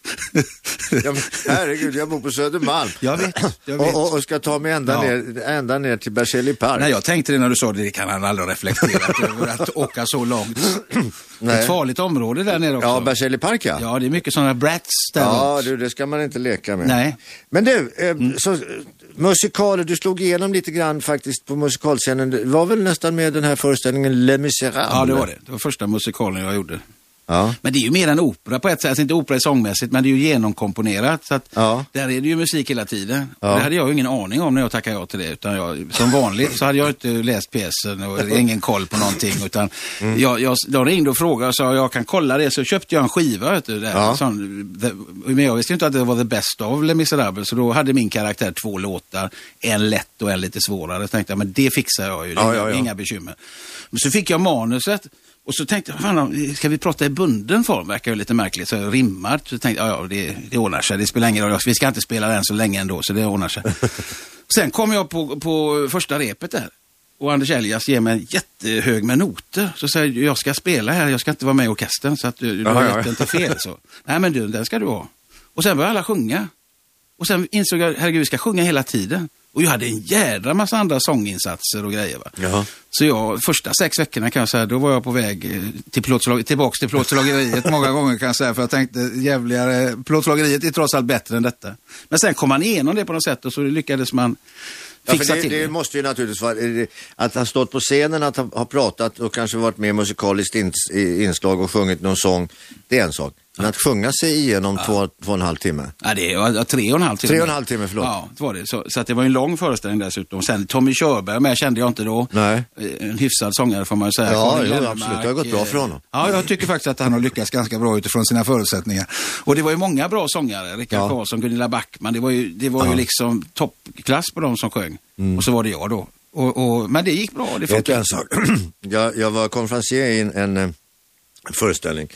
ja men, herregud, jag bor på Södermalm. Jag vet, jag vet. Och, och, och ska ta mig ända, ja. ner, ända ner till Berzelii park. Nej, jag tänkte det när du sa det, det kan han aldrig reflektera över att åka så långt. Det är ett farligt område där nere också. Ja, Berzelii park, ja. Ja, det är mycket sådana brats där. Ja, du, det ska man inte leka med. Nej. Men du, eh, mm. så, musikaler, du slog igenom lite grann faktiskt på musikalscenen. Det var väl nästan med den här föreställningen Les Misérables? Ja, det var det. Det var första musikalen jag gjorde. Ja. Men det är ju mer än opera på ett sätt. Alltså inte opera sångmässigt, men det är ju genomkomponerat. Så att ja. där är det ju musik hela tiden. Ja. Och det hade jag ju ingen aning om när jag tackade ja till det. Utan jag, som vanligt så hade jag inte läst pjäsen och ingen koll på någonting. Utan mm. jag, jag, de ringde och frågade och sa jag kan kolla det. Så köpte jag en skiva. Vet du, där. Ja. Sån, the, men jag visste inte att det var the best of Les Misérables. Så då hade min karaktär två låtar. En lätt och en lite svårare. Så tänkte jag, men det fixar jag ju. Det är ja, ja, ja. inga bekymmer. Men så fick jag manuset. Och så tänkte jag, fan, ska vi prata i bunden form? Verkar ju lite märkligt, så jag rimmar. Så tänkte jag, ja, det, det ordnar sig. Det spelar ingen roll. Vi ska inte spela den så länge ändå, så det ordnar sig. Sen kom jag på, på första repet där. Och Anders Elias ger mig en jättehög med noter. Så säger jag, jag ska spela här, jag ska inte vara med i orkestern. Så att du, du har gett den till fel. Så. Nej men du, den ska du ha. Och sen började alla sjunga. Och sen insåg jag, herregud, vi ska sjunga hela tiden. Och jag hade en jädra massa andra sånginsatser och grejer. Va? Jaha. Så jag, första sex veckorna kan jag säga, då var jag på väg till plåtslag, tillbaks till plåtslageriet många gånger kan jag säga. För jag tänkte, jävligare, plåtslageriet är trots allt bättre än detta. Men sen kom man igenom det på något sätt och så lyckades man fixa ja, för det, till det. Det måste ju naturligtvis vara, att ha stått på scenen, att ha, ha pratat och kanske varit med musikaliskt ins, inslag och sjungit någon sång, det är en sak. Men att sjunga sig igenom ja. två, två och en halv timme. Ja, det är tre och en halv timme. Tre och en halv timme, förlåt. Ja, det var det. Så, så att det var en lång föreställning dessutom. Sen Tommy Körberg med kände jag inte då. Nej. En hyfsad sångare får man ju säga. Ja, jo, absolut. Det har gått bra för honom. Ja, jag tycker faktiskt att han har lyckats ganska bra utifrån sina förutsättningar. Och det var ju många bra sångare. Rickard ja. Karlsson, Gunilla Backman. Det var ju, det var ja. ju liksom toppklass på de som sjöng. Mm. Och så var det jag då. Och, och, men det gick bra. Det Vet du en sak? jag, jag var konferencier i en, en, en föreställning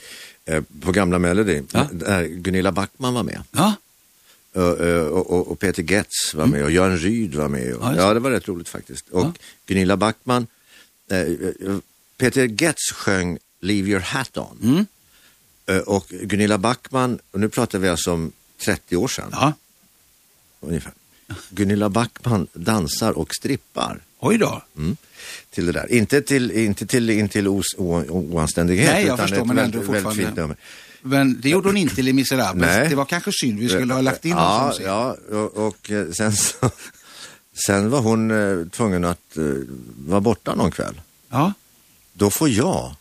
på Gamla Melody, ja. där Gunilla Backman var med. Ja. Och, och, och Peter Getz var med mm. och Jörn Ryd var med. Och, ja, ja, det var rätt roligt faktiskt. Och ja. Gunilla Backman, eh, Peter Getz sjöng Leave Your Hat On. Mm. Eh, och Gunilla Backman, och nu pratar vi alltså om trettio år sedan. Ja. Ungefär. Gunilla Backman dansar och strippar. Oj då. Mm. Till det där. Inte till, inte till, inte till os, o, oanständighet. Nej, jag utan förstår, men ändå fortfarande. Men det gjorde hon inte i Les Misérables. Det var kanske synd, vi skulle ha lagt in ja, någon som ja, och, och sen så, sen var hon eh, tvungen att eh, vara borta någon kväll. Ja. Då får jag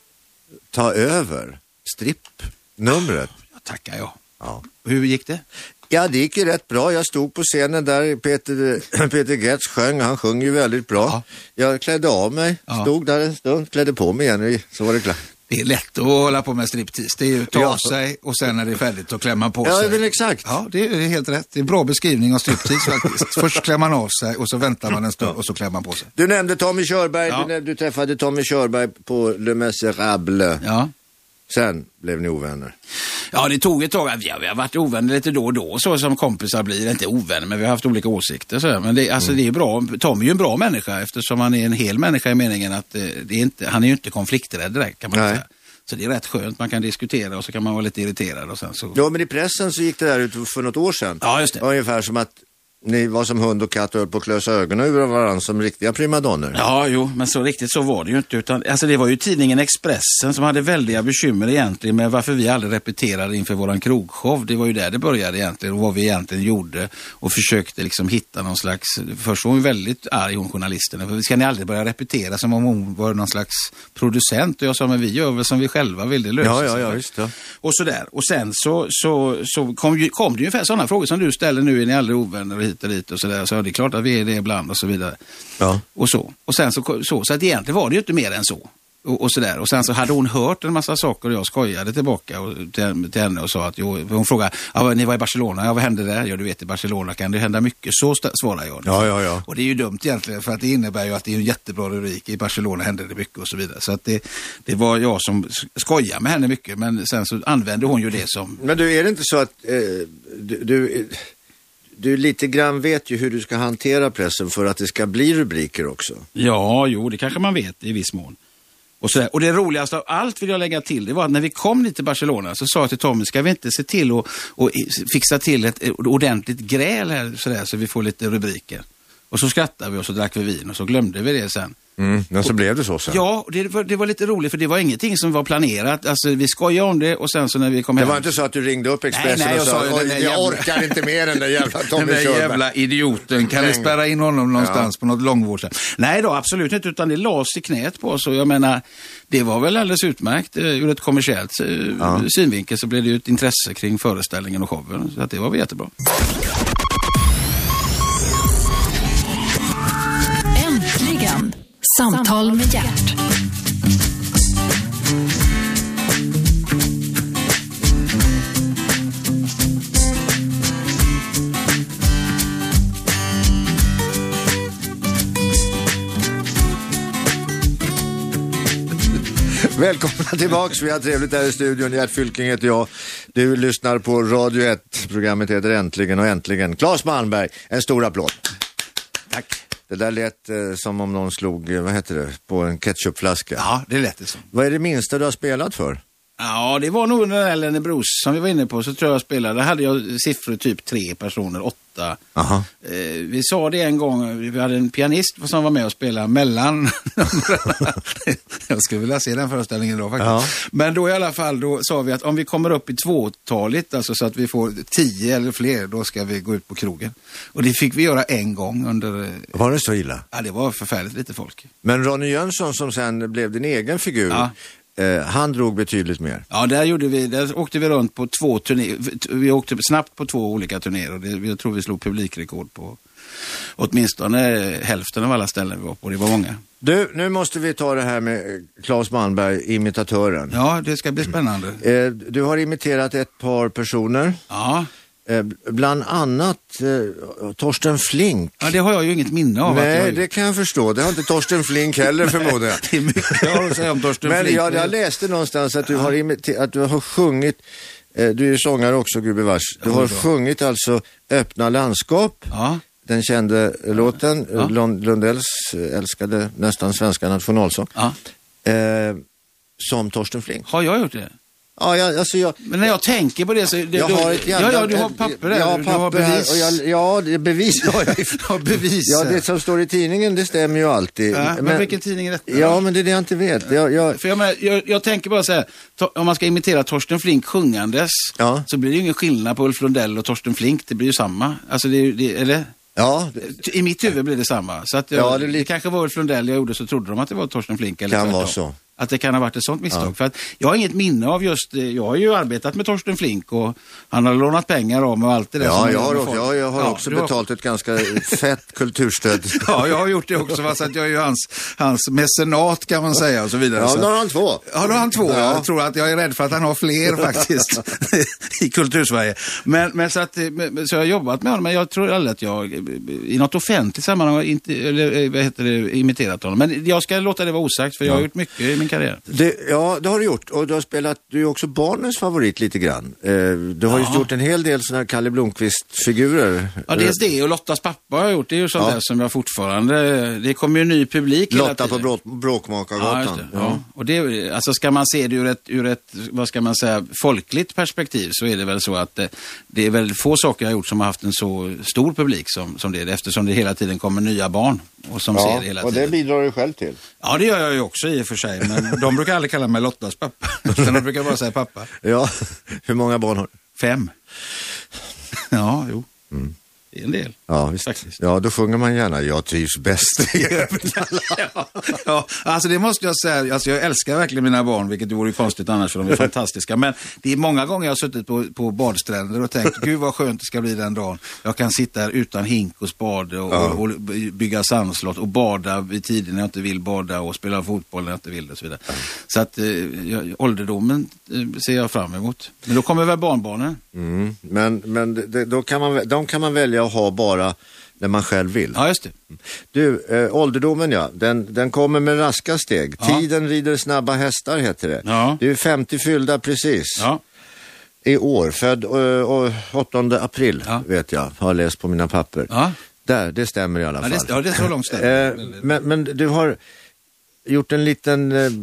ta över strippnumret. Ja, tackar jag. Ja. Hur gick det? Ja, det gick ju rätt bra. Jag stod på scenen där, Peter, Peter Getz sjöng, han sjöng ju väldigt bra. Ja. Jag klädde av mig, ja. stod där en stund, klädde på mig igen, så var det klart. Det är lätt att hålla på med striptease. Det är ju ta ja. av sig och sen när det är färdigt att klämma på ja, sig. Ja, men exakt. Ja, det är helt rätt. Det är en bra beskrivning av striptease faktiskt. Först klämmer man av sig och så väntar man en stund och så klämmer man på sig. Du nämnde Tommy Körberg, ja. du, du träffade Tommy Körberg på Les Misérables. Ja. Sen blev ni ovänner. Ja, det tog ett tag. Vi har, vi har varit ovänner lite då och då, så som kompisar blir. Inte ovänner, men vi har haft olika åsikter. Så. Men det, alltså, mm. det är bra. Tom är ju en bra människa eftersom han är en hel människa i meningen att det är inte, han är ju inte konflikträdd direkt, kan man Nej. säga. Så det är rätt skönt. Man kan diskutera och så kan man vara lite irriterad. Och sen så... Ja, men i pressen så gick det där ut för något år sedan. Ja, just det. Ungefär som att ni var som hund och katt och höll på att klösa ögonen ur varandra som riktiga primadonner. Ja, jo, men så riktigt så var det ju inte. Utan, alltså det var ju tidningen Expressen som hade väldiga bekymmer egentligen med varför vi aldrig repeterade inför våran krogshow. Det var ju där det började egentligen och vad vi egentligen gjorde och försökte liksom hitta någon slags... Först var hon väldigt arg, hon journalisten. För ska ni aldrig börja repetera som om hon var någon slags producent? Och jag sa, men vi gör väl som vi själva vill, det lösa ja, ja, ja, visst, ja. Och sådär. Och sen så, så, så kom, ju, kom det ju ungefär sådana frågor som du ställer nu, är ni aldrig ovänner och hit och dit och sådär. Så det är klart att vi är det ibland och så vidare. Ja. Och så. Och sen så, så, så att egentligen var det ju inte mer än så. Och, och sådär. Och sen så hade hon hört en massa saker och jag skojade tillbaka och, till, till henne och sa att jo, hon frågade, ja, ni var i Barcelona, ja, vad hände där? Ja, du vet, i Barcelona kan det hända mycket. Så st- svarade jag. Ja, ja, ja. Och det är ju dumt egentligen, för att det innebär ju att det är en jättebra rubrik. I Barcelona hände det mycket och så vidare. Så att det, det var jag som skojade med henne mycket, men sen så använde hon ju det som... Men du, är det inte så att eh, du... du Du lite grann vet ju hur du ska hantera pressen för att det ska bli rubriker också. Ja, jo, det kanske man vet i viss mån. Och, så och det roligaste av allt vill jag lägga till, det var att när vi kom dit till Barcelona så sa jag till Tommy, ska vi inte se till att och fixa till ett ordentligt gräl här sådär, så vi får lite rubriker. Och så skrattade vi och så drack vi vin och så glömde vi det sen. Mm, men så och, blev det så sen. Ja, det var, det var lite roligt för det var ingenting som var planerat. Alltså vi skojade om det och sen så när vi kom det hem... Det var inte så att du ringde upp Expressen nej, nej, och sa, jag, jag jävla... orkar inte mer den där jävla Tommy Den där Körberg. jävla idioten, kan vi spärra in honom någonstans ja. på något långvård? Nej då, absolut inte, utan det lades i knät på oss. Och jag menar, det var väl alldeles utmärkt. Ur ett kommersiellt ja. synvinkel så blev det ju ett intresse kring föreställningen och showen. Så att det var väl jättebra. Äntligen! Samtal med Gert. Välkomna tillbaks, vi har trevligt här i studion. Gert Fylking heter jag. Du lyssnar på Radio ett. Programmet heter Äntligen och äntligen. Claes Malmberg, en stor applåd. Tack. Det där lät eh, som om någon slog, vad heter det, på en ketchupflaska. Ja, det lät det som. Vad är det minsta du har spelat för? Ja, det var nog den där Lennebros som vi var inne på, så tror jag jag spelade. Där hade jag siffror typ tre personer, åtta. Aha. Eh, vi sa det en gång, vi hade en pianist som var med och spelade mellan. Jag skulle vilja se den föreställningen då faktiskt. Ja. Men då i alla fall, då sa vi att om vi kommer upp i tvåtaligt, alltså så att vi får tio eller fler, då ska vi gå ut på krogen. Och det fick vi göra en gång under... Var det så illa? Ja, det var förfärligt lite folk. Men Ronny Jönsson som sen blev din egen figur... Ja. Eh, han drog betydligt mer. Ja, där gjorde vi, där åkte vi runt på två turnéer. Vi åkte snabbt på två olika turnéer och det, jag tror vi slog publikrekord på åtminstone hälften av alla ställen vi var på. Det var många. Du, nu måste vi ta det här med Claes Malmberg, imitatören. Ja, det ska bli spännande. Eh, du har imiterat ett par personer. Ja. Eh, bland annat eh, Torsten Flink. Ja, det har jag ju inget minne av. Nej, att jag... det kan jag förstå. Det har inte Torsten Flink heller förmodligen. Det är mycket jag har att säga om Torsten Men Flink. Men jag, jag läste någonstans att du, ja. har, imiter- att du har sjungit, eh, du är ju sångare också, gubevars. Du har sjungit alltså Öppna landskap. Ja. Den kände låten, ja. Lund- Lundells älskade nästan svenska nationalsång. Ja. Eh, som Torsten Flink. Har jag gjort det? Ja, jag, alltså jag... Men när jag tänker på det så... Det, jag du, har ett jävla... Ja, ja, du har papper där. Jag har du papper har bevis. här. Och jag, ja, det är bevis. Ja, bevis. Ja, det som står i tidningen, det stämmer ju alltid. Ja, men, men vilken tidning är detta? Ja, men det är det jag inte vet. Jag, jag... För jag, menar, jag, jag tänker bara så här, to, om man ska imitera Torsten Flink sjungandes, ja. så blir det ju ingen skillnad på Ulf Lundell och Torsten Flink. Det blir ju samma. Alltså, det, det, eller... Ja. Det... I mitt huvud blir det samma. Så att jag, ja, det, li... det kanske var Ulf Lundell jag gjorde, så trodde de att det var Torsten Flink. Eller kan vara så. Att det kan ha varit ett sånt misstag. Ja. För att jag har inget minne av just, jag har ju arbetat med Torsten Flink och han har lånat pengar om och allt det där. Ja, jag har, också, jag, jag har ja, också betalt har... ett ganska fett kulturstöd. Ja, jag har gjort det också, fast att jag är ju hans, hans mecenat kan man säga och så vidare. Ja, då har han två. Ja, då har han två. Ja. Jag tror att jag är rädd för att han har fler faktiskt i Kultursverige. Men, men så att, så jag har jobbat med honom, men jag tror aldrig att jag i något offentligt sammanhang inte, eller vad heter det, imiterat honom. Men jag ska låta det vara osagt, för jag har gjort mycket i min karriär. Det, ja, det har du gjort. Och du har spelat, du är också barnens favorit lite grann. Eh, du har ja. ju gjort en hel del sådana här Kalle Blomqvist-figurer. Ja, dels det och Lottas pappa har jag gjort. Det är ju sånt ja. där som jag fortfarande... Det kommer ju en ny publik. Lotta på bråk, Bråkmakargatan. Ja, ja. ja. Och det, alltså ska man se det ur ett, ur ett, vad ska man säga, folkligt perspektiv, så är det väl så att det, det är väl få saker jag har gjort som har haft en så stor publik som, som det är, eftersom det hela tiden kommer nya barn och som ja, ser det hela tiden. Och det bidrar du själv till. Ja, det gör jag ju också i och för sig, men de brukar aldrig kalla mig Lottas pappa. De brukar bara säga pappa. Ja, hur många barn har du? Fem. Ja, jo. Mm. Det är en del. Ja, visst. Faktiskt. Ja, då sjunger man gärna jag trivs bäst. ja, ja, alltså det måste jag säga. Alltså jag älskar verkligen mina barn, vilket vore konstigt annars för de är fantastiska. Men det är många gånger jag har suttit på, på badstränder och tänkt, gud vad skönt det ska bli den dagen. Jag kan sitta här utan hink och spade och, ja. och, och bygga sandslott och bada vid tiden när jag inte vill bada och spela fotboll när jag inte vill och så vidare. Ja. Så att eh, ålderdomen eh, ser jag fram emot. Men då kommer väl barnbarnen. Mm. Men, men det, då kan man, de kan man välja att ha bara när man själv vill. Ja, just det. Du, äh, ålderdomen ja, den, den kommer med raska steg. Ja. Tiden rider snabba hästar heter det. Ja. Du är femtio fyllda precis. Ja. I år, född äh, åttonde april ja. vet jag, har läst på mina papper. Ja. Där, det stämmer i alla ja, fall. Det, ja, det är så långt stämmer. Äh, men, men du har gjort en liten äh,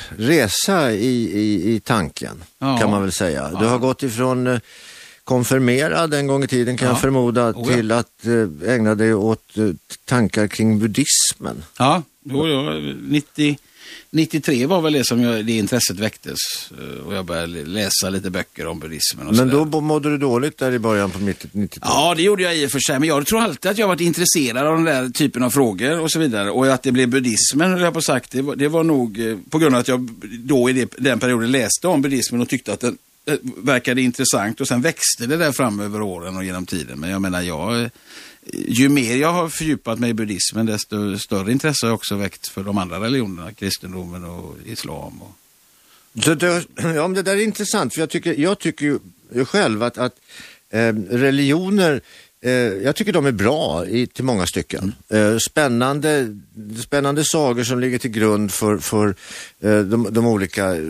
resa i, i, i tanken, ja. kan man väl säga. Ja. Du har gått ifrån... Äh, konfirmerad en gång i tiden kan ja. jag förmoda oh, ja. till att eh, ägna dig åt eh, tankar kring buddhismen. Ja, då jag nittio, nittiotre var väl det som jag, det intresset väcktes och jag började läsa lite böcker om buddhismen. Och men då där. mådde du dåligt där i början på nittiotalet? Ja, det gjorde jag i och för sig, men jag tror alltid att jag varit intresserad av den där typen av frågor och så vidare. Och att det blev buddhismen, eller jag på sagt, det var, det var nog eh, på grund av att jag då i det, den perioden läste om buddhismen och tyckte att den verkade intressant och sen växte det där fram över åren och genom tiden. Men jag menar, jag, ju mer jag har fördjupat mig i buddhismen desto större intresse har jag också väckt för de andra religionerna, kristendomen och islam. Och... Så det, ja, det där är intressant för jag tycker, jag tycker ju själv att, att eh, religioner eh, jag tycker de är bra i, till många stycken. Mm. Eh, spännande, spännande sagor som ligger till grund för, för eh, de, de olika eh,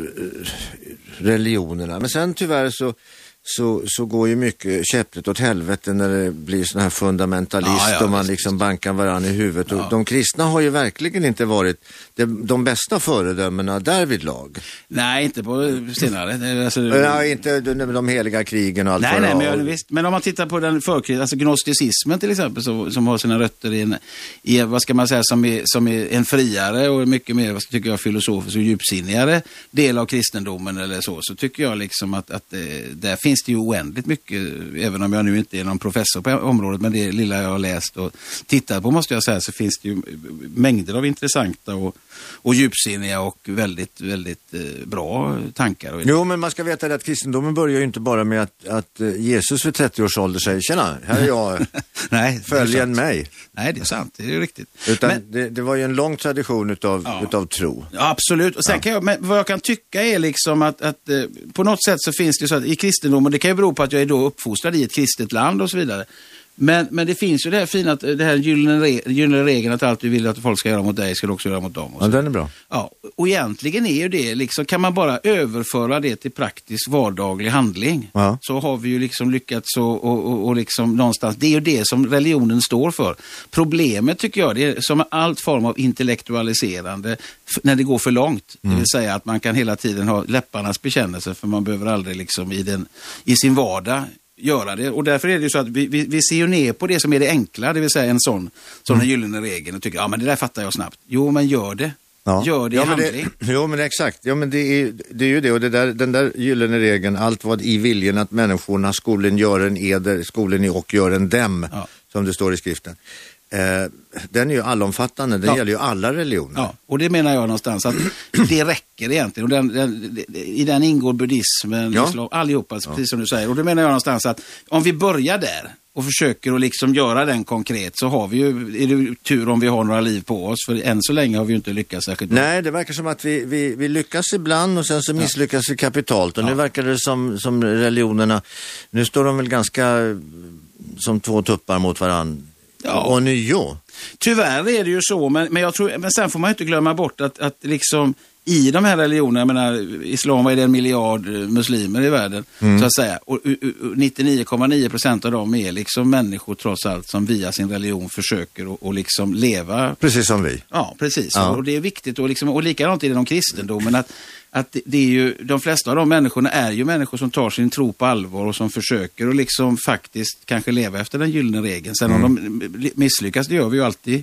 religionerna. Men sen tyvärr så, så, så går ju mycket käppligt åt helvete när det blir sån här fundamentalist ja, ja, och man liksom bankar varann i huvudet. Ja. Och de kristna har ju verkligen inte varit de, de bästa föredömena därvidlag. Nej, inte på senare. Alltså, ja, inte de, de heliga krigen och allt. Nej, nej, men, jag, visst, men om man tittar på den förkristna, alltså gnosticismen till exempel, så, som har sina rötter i en, i, vad ska man säga, som är, som är en friare och mycket mer, vad tycker jag, filosofisk och djupsinnigare del av kristendomen eller så, så tycker jag liksom att, att där finns det ju oändligt mycket, även om jag nu inte är någon professor på området, men det lilla jag har läst och tittat på måste jag säga, så finns det ju mängder av intressanta och, och djupsinniga och väldigt, väldigt eh, bra tankar. Jo, men man ska veta att kristendomen börjar ju inte bara med att, att Jesus vid trettio års ålder säger, tjena, här är jag, nej, följ en mig. Nej, det är sant, det är ju riktigt. Utan men, det, det var ju en lång tradition utav, ja, utav tro. Ja, absolut. Och sen ja. kan jag, men vad jag kan tycka är liksom att, att eh, på något sätt så finns det så att i kristendomen, det kan ju bero på att jag är då uppfostrad i ett kristet land och så vidare. Men, men det finns ju det här fina, det här gyllene, re, gyllene regeln att allt du vill att folk ska göra mot dig ska du också göra mot dem. Och ja, den är bra. Ja, och egentligen är ju det liksom, kan man bara överföra det till praktisk vardaglig handling, ja, så har vi ju liksom lyckats och, och, och, och liksom någonstans, det är ju det som religionen står för. Problemet tycker jag, det är som allt form av intellektualiserande när det går för långt. Mm. Det vill säga att man kan hela tiden ha läpparnas bekännelse, för man behöver aldrig liksom i, den, i sin vardag göra det. Och därför är det ju så att vi, vi, vi ser ju ner på det som är det enkla, det vill säga en sån, sån mm. gyllene regel och tycker, ja men det där fattar jag snabbt. Jo, men gör det. Ja. Gör det i ja, men handling. Det, jo, men exakt. Ja, men det är, det är ju det. Och det där, den där gyllene regeln, allt vad i viljen att människorna skolen gör en eder, skolen i och gör en dem, ja, som det står i skriften. Eh, den är ju allomfattande, den ja. gäller ju alla religioner. Ja, och det menar jag någonstans att det räcker egentligen. Och den, den, i den ingår buddhismen, ja, islam, allihopa, alltså, ja, precis som du säger. Och det menar jag någonstans att om vi börjar där och försöker att liksom göra den konkret, så har vi ju, är det tur om vi har några liv på oss, för än så länge har vi ju inte lyckats särskilt bra. Nej, det verkar som att vi, vi, vi lyckas ibland och sen så misslyckas ja. vi kapitalt. Och ja. nu verkar det som, som religionerna, nu står de väl ganska som två tuppar mot varandra. Ja. Och nio. Tyvärr är det ju så, men, men, jag tror, men sen får man inte glömma bort att, att liksom i de här religionerna, jag menar, islam är det en miljard muslimer i världen, mm. så att säga, och, och nittionio komma nio procent av dem är liksom människor trots allt som via sin religion försöker och, och liksom leva. Precis som vi. Ja, precis. Ja. Och det är viktigt, och, liksom, och likadant är det inom kristendomen, att att det är ju, de flesta av de människorna är ju människor som tar sin tro på allvar och som försöker och liksom faktiskt kanske leva efter den gyllene regeln. Sen mm. om de misslyckas, det gör vi ju alltid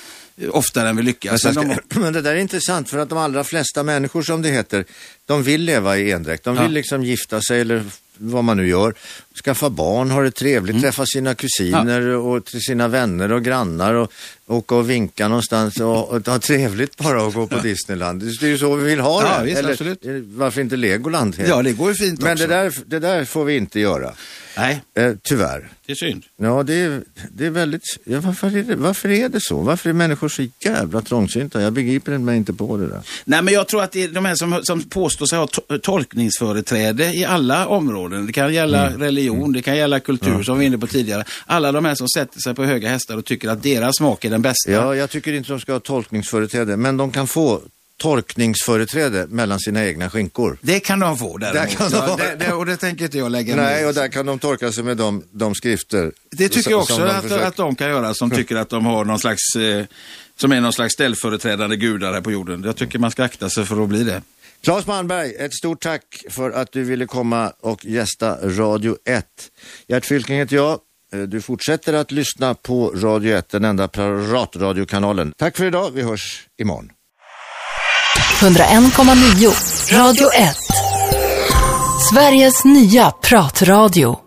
oftare än vi lyckas. Men, ska, de... men det där är intressant, för att de allra flesta människor, som det heter, de vill leva i endräkt. De vill ja. liksom gifta sig eller vad man nu gör. Skaffa barn, ha det trevligt, mm. träffa sina kusiner ja. och till sina vänner och grannar och åka och vinka någonstans och, och ha trevligt bara och gå på Disneyland. Det är ju så vi vill ha det. Ja, visst, Eller, absolut. Varför inte Legoland? Ja, det går ju fint Men också. Men det där, det där får vi inte göra. Nej. Eh, tyvärr. Det är synd. Ja, det är, det är väldigt... Ja, varför, är det, varför är det så? Varför är människor så jävla trångsynta? Jag begriper mig inte på det där. Nej, men jag tror att det är de här som, som påstår sig ha to- tolkningsföreträde i alla områden. Det kan gälla mm. religion, det kan gälla kultur ja. som vi var inne på tidigare. Alla de här som sätter sig på höga hästar och tycker att deras smak är den bästa. Ja, jag tycker inte de ska ha tolkningsföreträde, men de kan få torkningsföreträde mellan sina egna skinkor. Det kan de få däremot. Där kan de... ja, det, det, och det tänker inte jag lägga Nej, med. och där kan de torka sig med de, de skrifter. Det tycker jag också de att, försöker... att de kan göra som tycker att de har någon slags, eh, som är någon slags ställföreträdande gudar här på jorden. Jag tycker man ska akta sig för att bli det. Claes Malmberg, ett stort tack för att du ville komma och gästa Radio ett. Gert Fylking heter jag. Du fortsätter att lyssna på Radio ett, den enda pratradiokanalen. Tack för idag, vi hörs imorgon. hundraen komma nio Radio ett. Sveriges nya pratradio.